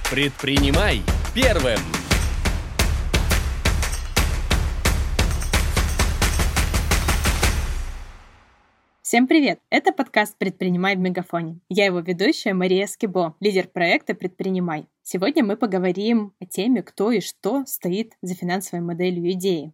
Предпринимай первым! Всем привет! Это подкаст «Предпринимай в Мегафоне». Я его ведущая Мария Скибо, лидер проекта «Предпринимай». Сегодня мы поговорим о теме, кто и что стоит за финансовой моделью идеи.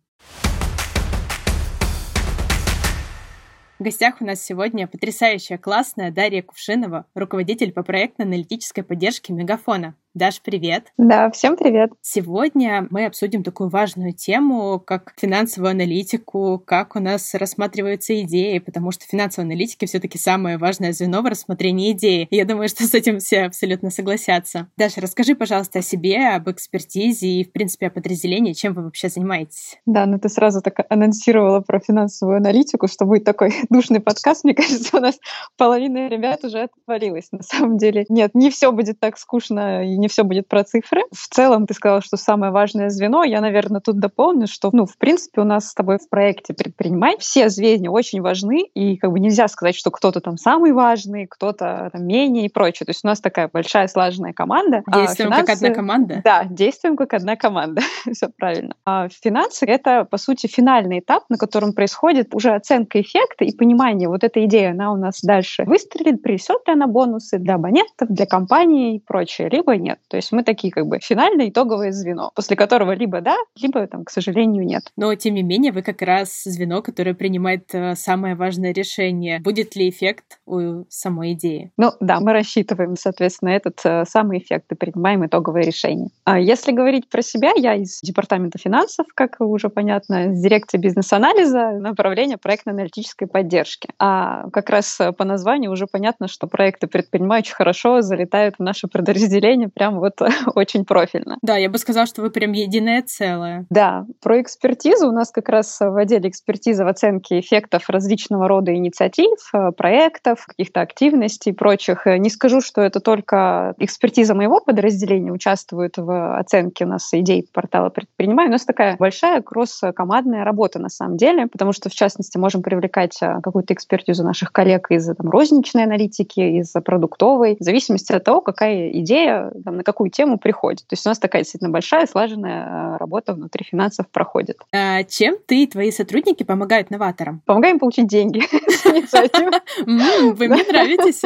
В гостях у нас сегодня потрясающая, классная Дарья Кувшинова, руководитель по проектно-аналитической поддержке Мегафона. Даш, привет! Да, всем привет! Сегодня мы обсудим такую важную тему, как финансовую аналитику, как у нас рассматриваются идеи, потому что финансовые аналитики все-таки самое важное звено в рассмотрении идеи. И я думаю, что с этим все абсолютно согласятся. Даша, расскажи, пожалуйста, о себе, об экспертизе и, в принципе, о подразделении, чем вы вообще занимаетесь. Да, ты сразу так анонсировала про финансовую аналитику, что будет такой душный подкаст. Мне кажется, у нас половина ребят уже отвалилась. На самом деле, нет, не все будет так скучно и не все будет про цифры. В целом, ты сказала, что самое важное звено. Я, наверное, тут дополню, что, в принципе, у нас с тобой в проекте «Предпринимай» все звенья очень важны, и нельзя сказать, что кто-то там самый важный, кто-то там менее и прочее. То есть у нас такая большая слаженная команда. Действуем как одна команда? Да, действуем как одна команда. Все правильно. А финансы — это, по сути, финальный этап, на котором происходит уже оценка эффекта и понимание, вот эта идея, она у нас дальше выстрелит, принесет ли она бонусы для абонентов, для компании и прочее, либо нет. То есть мы такие финальное итоговое звено, после которого либо да, либо, к сожалению, нет. Но, тем не менее, вы как раз звено, которое принимает самое важное решение. Будет ли эффект у самой идеи? Да, мы рассчитываем, соответственно, этот самый эффект и принимаем итоговое решение. А если говорить про себя, я из департамента финансов, как уже понятно, с дирекции бизнес-анализа, направления проектно-аналитической поддержки. А как раз по названию уже понятно, что проекты «Предпринимай» очень хорошо залетают в наше подразделение, прям очень профильно. Да, я бы сказала, что вы прям единое целое. Да, про экспертизу у нас как раз в отделе экспертизы в оценке эффектов различного рода инициатив, проектов, каких-то активностей и прочих. Не скажу, что это только экспертиза моего подразделения участвует в оценке у нас идей портала «Предпринимай». У нас такая большая кросс-командная работа на самом деле, потому что, в частности, можем привлекать какую-то экспертизу наших коллег из розничной аналитики, из продуктовой, в зависимости от того, какая идея, на какую тему приходит. То есть у нас такая действительно большая, слаженная работа внутри финансов проходит. А чем ты и твои сотрудники помогают новаторам? Помогаем получить деньги с инициативы. Вы мне нравитесь.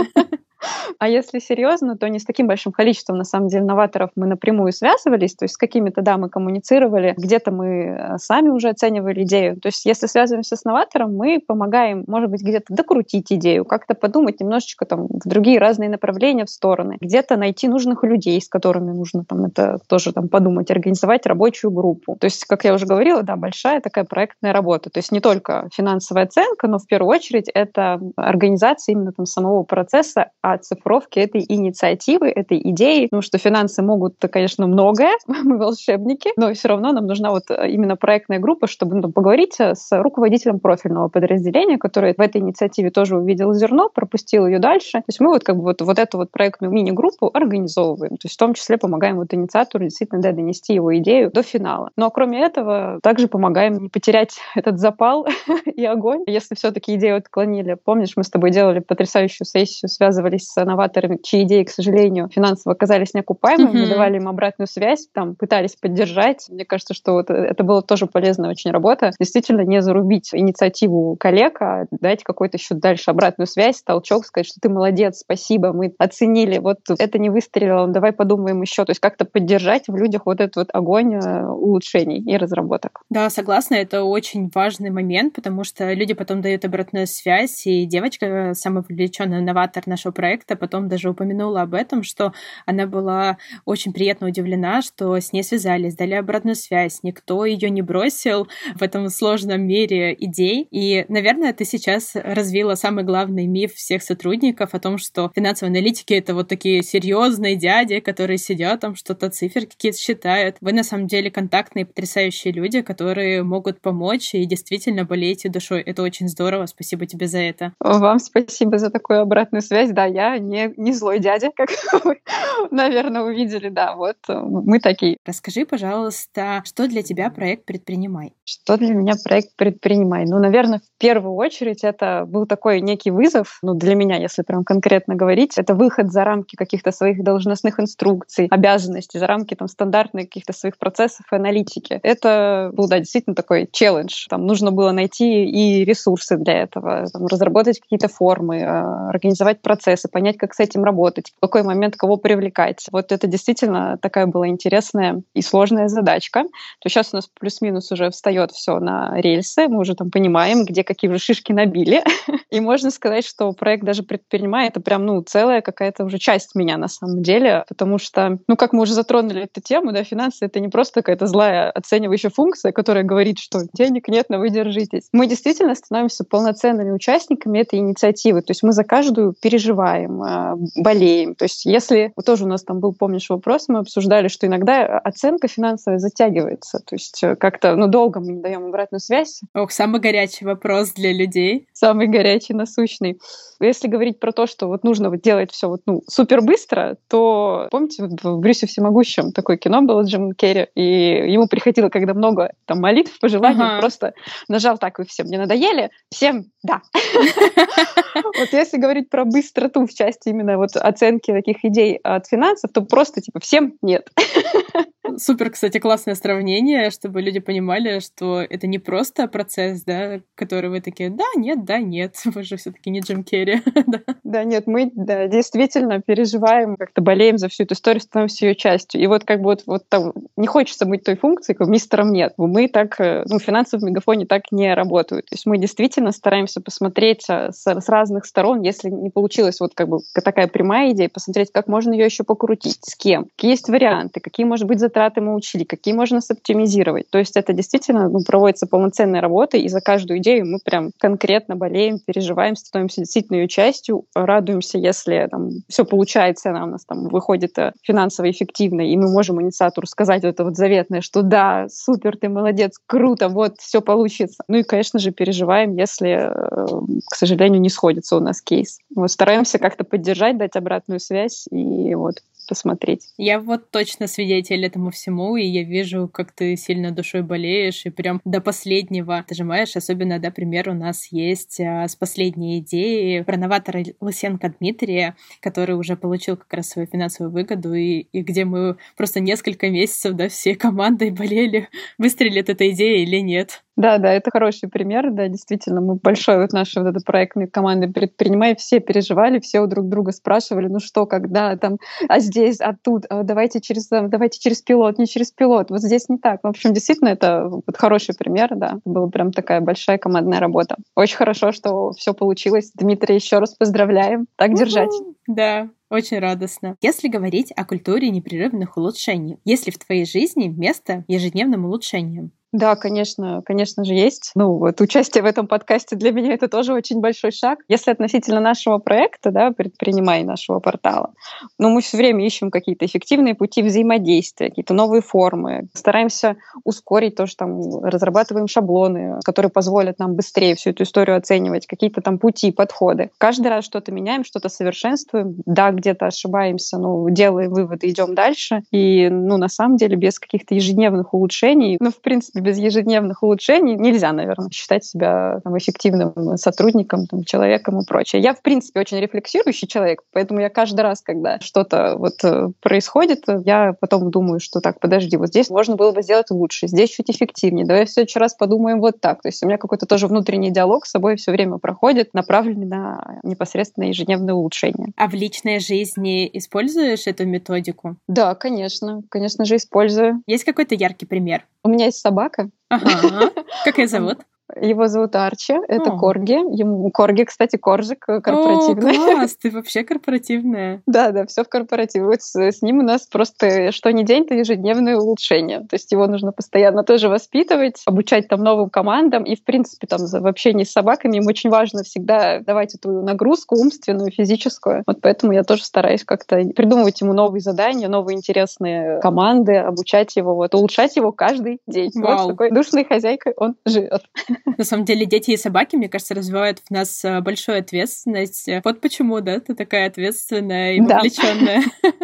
А если серьезно, то не с таким большим количеством, на самом деле, новаторов мы напрямую связывались, то есть с какими-то, да, мы коммуницировали, где-то мы сами уже оценивали идею. То есть если связываемся с новатором, мы помогаем, может быть, где-то докрутить идею, как-то подумать немножечко в другие разные направления, в стороны, где-то найти нужных людей, с которыми нужно это тоже подумать, организовать рабочую группу. То есть, как я уже говорила, да, большая такая проектная работа. То есть не только финансовая оценка, но в первую очередь это организация именно самого процесса, оцифровки этой инициативы, этой идеи, потому что финансы могут, конечно, многое, мы волшебники, но все равно нам нужна именно проектная группа, чтобы поговорить с руководителем профильного подразделения, который в этой инициативе тоже увидел зерно, пропустил ее дальше. То есть мы эту проектную мини-группу организовываем, то есть в том числе помогаем инициатору действительно донести его идею до финала. Но кроме этого, также помогаем не потерять этот запал и огонь. Если все-таки идею отклонили, помнишь, мы с тобой делали потрясающую сессию, связывались с новаторами, чьи идеи, к сожалению, финансово оказались неокупаемыми, мы давали им обратную связь, пытались поддержать. Мне кажется, что это была тоже полезная очень работа. Действительно, не зарубить инициативу коллег, а дать какой-то еще дальше обратную связь, толчок, сказать, что ты молодец, спасибо, мы оценили, это не выстрелило, давай подумаем еще. То есть как-то поддержать в людях этот огонь улучшений и разработок. Да, согласна, это очень важный момент, потому что люди потом дают обратную связь, и девочка, самый вовлеченный новатор нашего проекта, потом даже упомянула об этом, что она была очень приятно удивлена, что с ней связались, дали обратную связь, никто ее не бросил в этом сложном мире идей. И, наверное, ты сейчас развила самый главный миф всех сотрудников о том, что финансовые аналитики — это такие серьезные дяди, которые сидят что-то цифры какие-то считают. Вы, на самом деле, контактные, потрясающие люди, которые могут помочь и действительно болеете душой. Это очень здорово. Спасибо тебе за это. Вам спасибо за такую обратную связь. Да, я не злой дядя, как вы, наверное, увидели. Да, вот мы такие. Расскажи, пожалуйста, что для тебя проект «Предпринимай»? Что для меня проект «Предпринимай»? Ну, наверное, в первую очередь это был такой некий вызов, ну, для меня, если прям конкретно говорить, это выход за рамки каких-то своих должностных инструкций, обязанностей, за рамки там стандартных каких-то своих процессов и аналитики. Это был, да, действительно такой челлендж. Там нужно было найти и ресурсы для этого, там, разработать какие-то формы, организовать процессы, понять, как с этим работать, в какой момент кого привлекать. Вот это действительно такая была интересная и сложная задачка. То сейчас у нас плюс-минус уже встает все на рельсы, мы уже там понимаем, где какие уже шишки набили. И можно сказать, что проект даже «Предпринимай» — это прям, ну, целая какая-то уже часть меня на самом деле, потому что, ну, как мы уже затронули эту тему, да, финансы — это не просто какая-то злая оценивающая функция, которая говорит, что денег нет, но вы держитесь. Мы действительно становимся полноценными участниками этой инициативы, то есть мы за каждую переживаем, болеем. То есть если... Вот тоже у нас там был, помнишь, вопрос, мы обсуждали, что иногда оценка финансовая затягивается, то есть как-то, ну, долго мы не даем обратную связь. Ох, самый горячий вопрос для людей. Самый горячий, насущный. Если говорить про то, что вот нужно вот делать все вот, ну, супер быстро, то помните, вот в «Брюсе всемогущем» такое кино было с Джимом Керри, и ему приходило, когда много там молитв, пожеланий, он просто нажал так: вы все мне надоели, всем да. Вот если говорить про быстроту в части именно вот оценки таких идей от финансов, то просто типа всем нет. Супер, кстати, классное сравнение, чтобы люди понимали, что это не просто процесс, да, который вы такие, да, нет, вы же все-таки не Джим Керри. Да, нет, мы действительно переживаем, как-то болеем за всю эту историю, становимся ее частью. И вот как бы вот там не хочется быть той функцией, как мистером нет. Мы так, ну, финансы в Мегафоне так не работают. То есть мы действительно стараемся посмотреть с разных сторон, если не получилась вот как бы такая прямая идея, посмотреть, как можно ее еще покрутить, с кем, какие есть варианты, какие, может быть, затраты мы учли, какие можно соптимизировать. То есть это действительно, ну, проводится полноценная работа, и за каждую идею мы прям конкретно болеем, переживаем, становимся действительно ее частью, радуемся, если там все получается, она у нас там выходит финансово эффективно, и мы можем инициатору сказать это вот заветное, что да, супер, ты молодец, круто, вот, все получится. Ну и, конечно же, переживаем, если, к сожалению, не сходится у нас кейс. Вот, стараемся как-то поддержать, дать обратную связь и вот посмотреть. Я вот точно свидетель этому всему, и я вижу, как ты сильно душой болеешь, и прям до последнего дожимаешь. Особенно, да, пример у нас есть с последней идеей про новатора Лысенко Дмитрия, который уже получил как раз свою финансовую выгоду, и где мы просто несколько месяцев, да, всей командой болели, выстрелит эта идея или нет. Да, это хороший пример, да, действительно, мы большой вот нашей вот этой проектной команды «Предпринимай», все переживали, все у друг друга спрашивали, ну что, когда там, а здесь, а тут, давайте через пилот, не через пилот, вот здесь не так. В общем, действительно, это вот хороший пример, да, была прям такая большая командная работа. Очень хорошо, что все получилось. Дмитрий, еще раз поздравляем, так держать. Да. Очень радостно. Если говорить о культуре непрерывных улучшений, есть ли в твоей жизни место ежедневным улучшениям? Да, конечно же, есть. Ну, вот участие в этом подкасте для меня это тоже очень большой шаг. Если относительно нашего проекта, да, «Предпринимай», нашего портала, ну, мы все время ищем какие-то эффективные пути взаимодействия, какие-то новые формы. Стараемся ускорить то, что там разрабатываем шаблоны, которые позволят нам быстрее всю эту историю оценивать, какие-то там пути, подходы. Каждый раз что-то меняем, что-то совершенствуем. Да, где-то ошибаемся, но делаем выводы, идем дальше. И, ну, на самом деле, без каких-то ежедневных улучшений, ну, в принципе, без ежедневных улучшений нельзя, наверное, считать себя там эффективным сотрудником, там, человеком и прочее. Я, в принципе, очень рефлексирующий человек, поэтому я каждый раз, когда что-то вот происходит, я потом думаю, что так, подожди, вот здесь можно было бы сделать лучше, здесь чуть эффективнее, давай в следующий раз подумаем вот так. То есть у меня какой-то тоже внутренний диалог с собой все время проходит, направленный на непосредственно ежедневное улучшение. А в личной жизни используешь эту методику? Да, конечно же использую. Есть какой-то яркий пример? У меня есть собака. Ага. Как ее зовут? Его зовут Арчи, это корги. Ему корги, кстати, коржик корпоративный. О, класс, ты вообще корпоративная. Да, все в корпоративе. Вот с ним у нас просто что ни день, то ежедневные улучшения. То есть его нужно постоянно тоже воспитывать, обучать там новым командам. И, в принципе, там в общении с собаками им очень важно всегда давать эту нагрузку умственную, физическую. Вот поэтому я тоже стараюсь как-то придумывать ему новые задания, новые интересные команды, обучать его, вот, улучшать его каждый день. Вау. Вот с такой душной хозяйкой он живет. На самом деле дети и собаки, мне кажется, развивают в нас большую ответственность. Вот почему, да, ты такая ответственная и вовлеченная.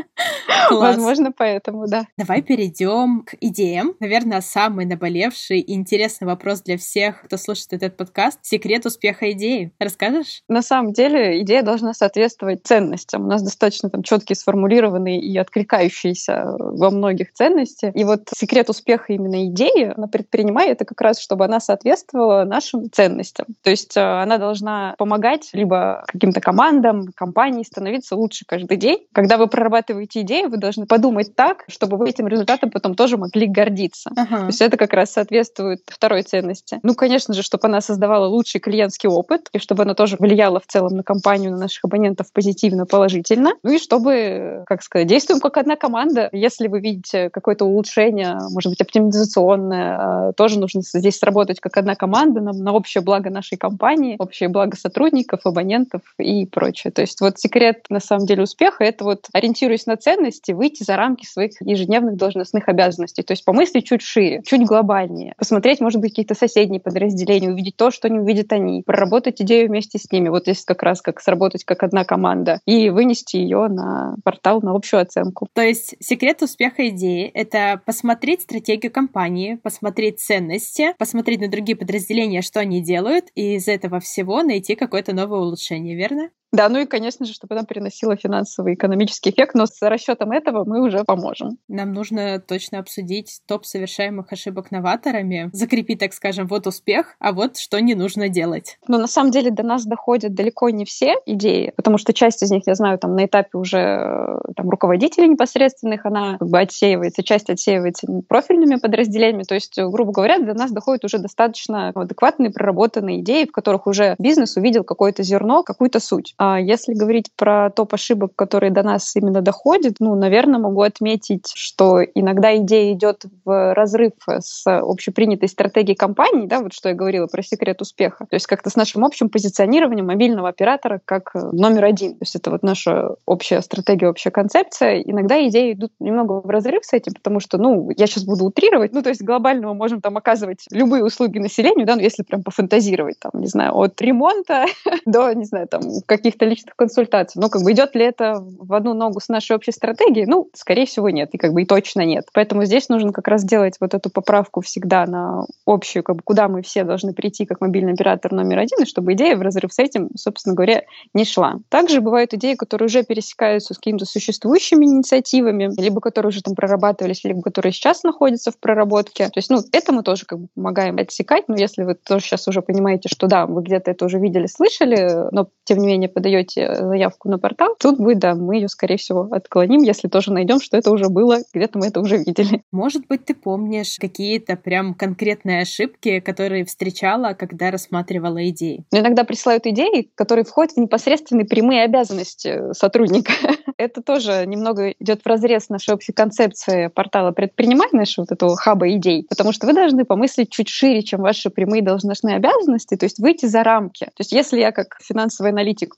Возможно, поэтому, да. Давай перейдем к идеям. Наверное, самый наболевший и интересный вопрос для всех, кто слушает этот подкаст. Секрет успеха идеи. Расскажешь? На самом деле идея должна соответствовать ценностям. У нас достаточно там четкие, сформулированные и откликающиеся во многих ценности. И вот секрет успеха именно идеи на предпринимай — это как раз, чтобы она соответствовала нашим ценностям. То есть она должна помогать либо каким-то командам, компании становиться лучше каждый день. Когда вы прорабатываете идею, вы должны подумать так, чтобы вы этим результатом потом тоже могли гордиться. То есть это как раз соответствует второй ценности. Ну, конечно же, чтобы она создавала лучший клиентский опыт, и чтобы она тоже влияла в целом на компанию, на наших абонентов позитивно, положительно. Ну и чтобы, как сказать, действуем как одна команда. Если вы видите какое-то улучшение, может быть, оптимизационное, тоже нужно здесь сработать как одна команда на общее благо нашей компании, общее благо сотрудников, абонентов и прочее. То есть вот секрет, на самом деле, успеха — это вот, ориентируясь на ценности, выйти за рамки своих ежедневных должностных обязанностей. То есть помыслить чуть шире, чуть глобальнее. Посмотреть, может быть, какие-то соседние подразделения, увидеть то, что не увидят они, проработать идею вместе с ними. Вот здесь как раз как сработать как одна команда и вынести ее на портал, на общую оценку. То есть секрет успеха идеи — это посмотреть стратегию компании, посмотреть ценности, посмотреть на другие подразделения, что они делают, и из этого всего найти какое-то новое улучшение, верно? Да, ну и, конечно же, чтобы она приносила финансовый, экономический эффект, но с расчетом этого мы уже поможем. Нам нужно точно обсудить топ совершаемых ошибок новаторами, закрепить, так скажем, вот успех, а вот что не нужно делать. Но на самом деле до нас доходят далеко не все идеи, потому что часть из них, я знаю, там на этапе уже там, руководителей непосредственных, она как бы отсеивается, часть отсеивается профильными подразделениями, то есть, грубо говоря, до нас доходят уже достаточно адекватные, проработанные идеи, в которых уже бизнес увидел какое-то зерно, какую-то суть. А если говорить про топ ошибок, которые до нас именно доходят, ну, наверное, могу отметить, что иногда идея идет в разрыв с общепринятой стратегией компании, да, вот что я говорила про секрет успеха, то есть как-то с нашим общим позиционированием мобильного оператора как номер один. То есть это вот наша общая стратегия, общая концепция. Иногда идеи идут немного в разрыв с этим, потому что, ну, я сейчас буду утрировать, ну, то есть глобально мы можем там оказывать любые услуги населению, да, ну, если прям пофантазировать, там, не знаю, от ремонта до, не знаю, там, каких-то личных консультаций. Ну, как бы идет ли это в одну ногу с нашей общей стратегией? Ну, скорее всего, нет. И как бы и точно нет. Поэтому здесь нужно как раз делать вот эту поправку всегда на общую, как бы, куда мы все должны прийти как мобильный оператор номер один, и чтобы идея в разрыв с этим, собственно говоря, не шла. Также бывают идеи, которые уже пересекаются с какими-то существующими инициативами, либо которые уже там прорабатывались, либо которые сейчас находятся в проработке. То есть, ну, это мы тоже как бы помогаем отсекать. Но если вы тоже сейчас уже понимаете, что да, вы где-то это уже видели, слышали, но тем не менее подаете заявку на портал, тут будет, да, мы ее, скорее всего, отклоним, если тоже найдем, что это уже было, где-то мы это уже видели. Может быть, ты помнишь какие-то прям конкретные ошибки, которые встречала, когда рассматривала идеи? Но иногда присылают идеи, которые входят в непосредственные прямые обязанности сотрудника. Это тоже немного идет вразрез нашей общей концепции портала «Предпринимай», нашего вот этого хаба идей, потому что вы должны помыслить чуть шире, чем ваши прямые должностные обязанности, то есть выйти за рамки. То есть если я как финансовый аналитик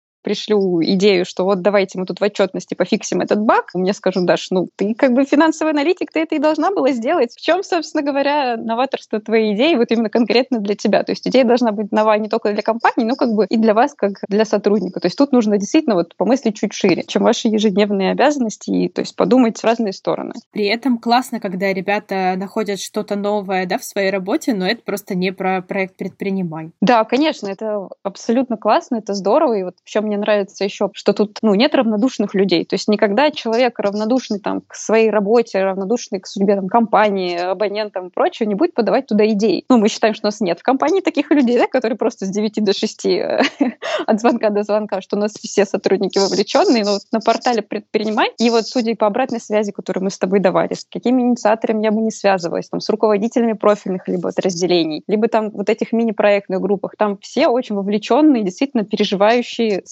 пришлю идею, что вот давайте мы тут в отчетности пофиксим этот баг, мне скажут: Даш, ну ты как бы финансовый аналитик, ты это и должна была сделать. В чем, собственно говоря, новаторство твоей идеи вот именно конкретно для тебя? То есть идея должна быть нова не только для компании, но как бы и для вас, как для сотрудника. То есть тут нужно действительно вот помыслить чуть шире, чем ваши ежедневные обязанности, и то есть подумать в разные стороны. При этом классно, когда ребята находят что-то новое, да, в своей работе, но это просто не про проект «Предпринимай». Да, конечно, это абсолютно классно, это здорово, и вот в чем мне нравится еще, что тут, ну, нет равнодушных людей. То есть никогда человек равнодушный там к своей работе, равнодушный к судьбе там компании, абонентам и прочее, не будет подавать туда идей. Ну, мы считаем, что у нас нет в компании таких людей, да, которые просто с 9 до 6 от звонка до звонка, что у нас все сотрудники вовлеченные, но вот на портале «Предпринимай», и вот судя по обратной связи, которую мы с тобой давали, с какими инициаторами я бы не связывалась, там, с руководителями профильных либо подразделений, либо там вот этих мини-проектных группах, там все очень вовлеченные, действительно переживающие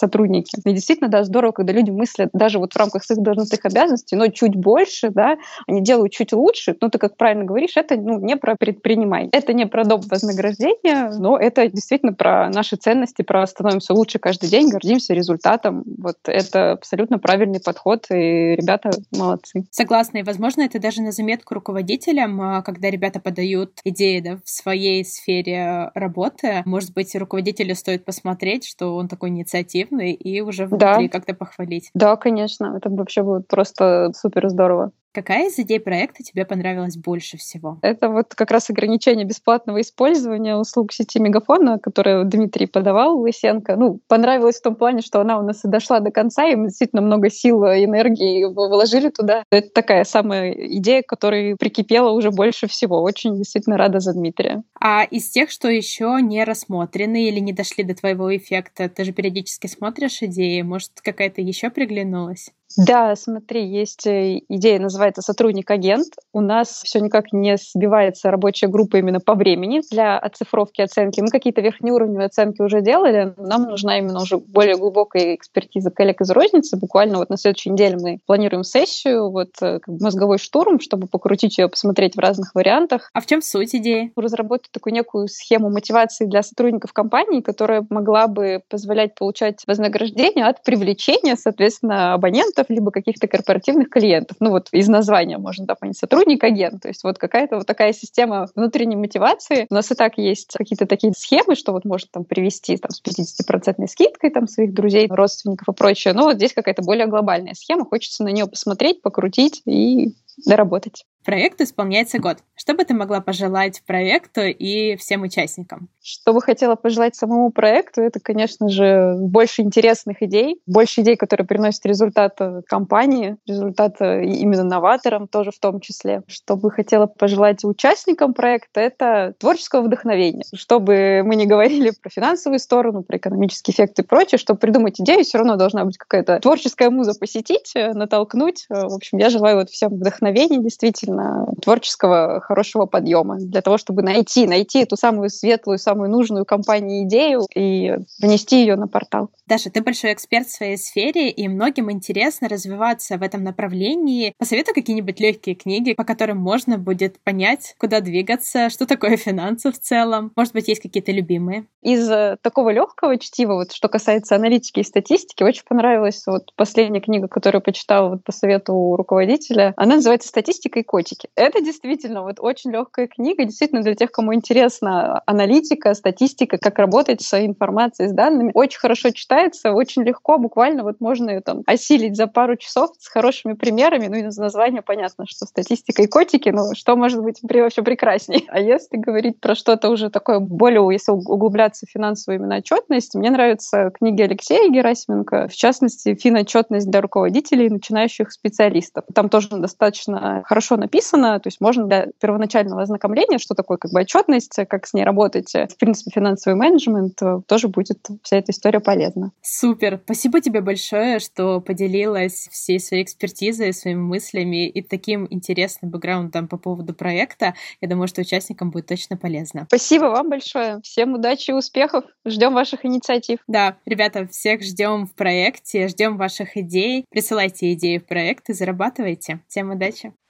сотрудники. И действительно, да, здорово, когда люди мыслят даже вот в рамках своих должностных обязанностей, но чуть больше, да, они делают чуть лучше. Ну, ты как правильно говоришь, это не про предпринимай. Это не про доп. Вознаграждение, но это действительно про наши ценности, про становимся лучше каждый день, гордимся результатом. Вот это абсолютно правильный подход, и ребята молодцы. Согласна, и, возможно, это даже на заметку руководителям, когда ребята подают идеи, да, в своей сфере работы. Может быть, руководителю стоит посмотреть, что он такой инициативный, и уже внутри как-то похвалить. Да, конечно, это вообще будет просто супер здорово. Какая из идей проекта тебе понравилась больше всего? Это вот как раз ограничение бесплатного использования услуг сети Мегафона, которое Дмитрий подавал, Лысенко. Ну, понравилось в том плане, что она у нас и дошла до конца, и мы действительно много сил и энергии вложили туда. Это такая самая идея, которая прикипела уже больше всего. Очень действительно рада за Дмитрия. А из тех, что еще не рассмотрены или не дошли до твоего эффекта, ты же периодически смотришь идеи, может, какая-то еще приглянулась? Да, смотри, есть идея, называется «Сотрудник-агент». У нас все никак не сбивается рабочая группа именно по времени для оцифровки оценки. Мы какие-то верхнеуровневые оценки уже делали, но нам нужна именно уже более глубокая экспертиза коллег из розницы. Буквально вот на следующей неделе мы планируем сессию, как бы мозговой штурм, чтобы покрутить ее, посмотреть в разных вариантах. А в чем суть идеи? Разработать такую некую схему мотивации для сотрудников компании, которая могла бы позволять получать вознаграждение от привлечения, соответственно, абонентов, либо каких-то корпоративных клиентов. Ну вот из названия можно понять сотрудник-агент. То есть вот какая-то вот такая система внутренней мотивации. У нас и так есть какие-то такие схемы, что вот можно привести с 50% скидкой своих друзей, родственников и прочее. Но вот здесь какая-то более глобальная схема. Хочется на нее посмотреть, покрутить и доработать. Проекту исполняется год. Что бы ты могла пожелать проекту и всем участникам? Что бы хотела пожелать самому проекту, это, конечно же, больше интересных идей, больше идей, которые приносят результат компании, результат именно новаторам тоже в том числе. Что бы хотела пожелать участникам проекта, это творческого вдохновения. Чтобы мы не говорили про финансовую сторону, про экономический эффект и прочее, чтобы придумать идею, все равно должна быть какая-то творческая муза посетить, натолкнуть. В общем, я желаю всем вдохновения, действительно, творческого, хорошего подъема для того, чтобы найти эту самую светлую, самую нужную компании идею и внести ее на портал. Даша, ты большой эксперт в своей сфере, и многим интересно развиваться в этом направлении. Посоветуй какие-нибудь легкие книги, по которым можно будет понять, куда двигаться, что такое финансы в целом. Может быть, есть какие-то любимые? Из такого легкого чтива, что касается аналитики и статистики, очень понравилась последняя книга, которую почитала по совету руководителя. Она называется «Статистика и котики». Это действительно очень легкая книга, действительно для тех, кому интересна аналитика, статистика, как работать с информацией, с данными. Очень хорошо читается, очень легко, буквально можно ее осилить за пару часов с хорошими примерами. Ну и из названия понятно, что статистика и котики, что может быть вообще прекрасней. А если говорить про что-то уже такое более, если углубляться в финансовую именно отчетность, мне нравятся книги Алексея Герасименко, в частности, финотчетность для руководителей и начинающих специалистов. Там тоже достаточно хорошо написано, то есть можно для первоначального ознакомления, что такое отчетность, как с ней работать, в принципе, финансовый менеджмент, тоже будет вся эта история полезна. Супер! Спасибо тебе большое, что поделилась всей своей экспертизой, своими мыслями и таким интересным бэкграундом по поводу проекта. Я думаю, что участникам будет точно полезно. Спасибо вам большое. Всем удачи и успехов. Ждем ваших инициатив. Да, ребята, всех ждем в проекте, ждем ваших идей. Присылайте идеи в проект и зарабатывайте. Всем удачи!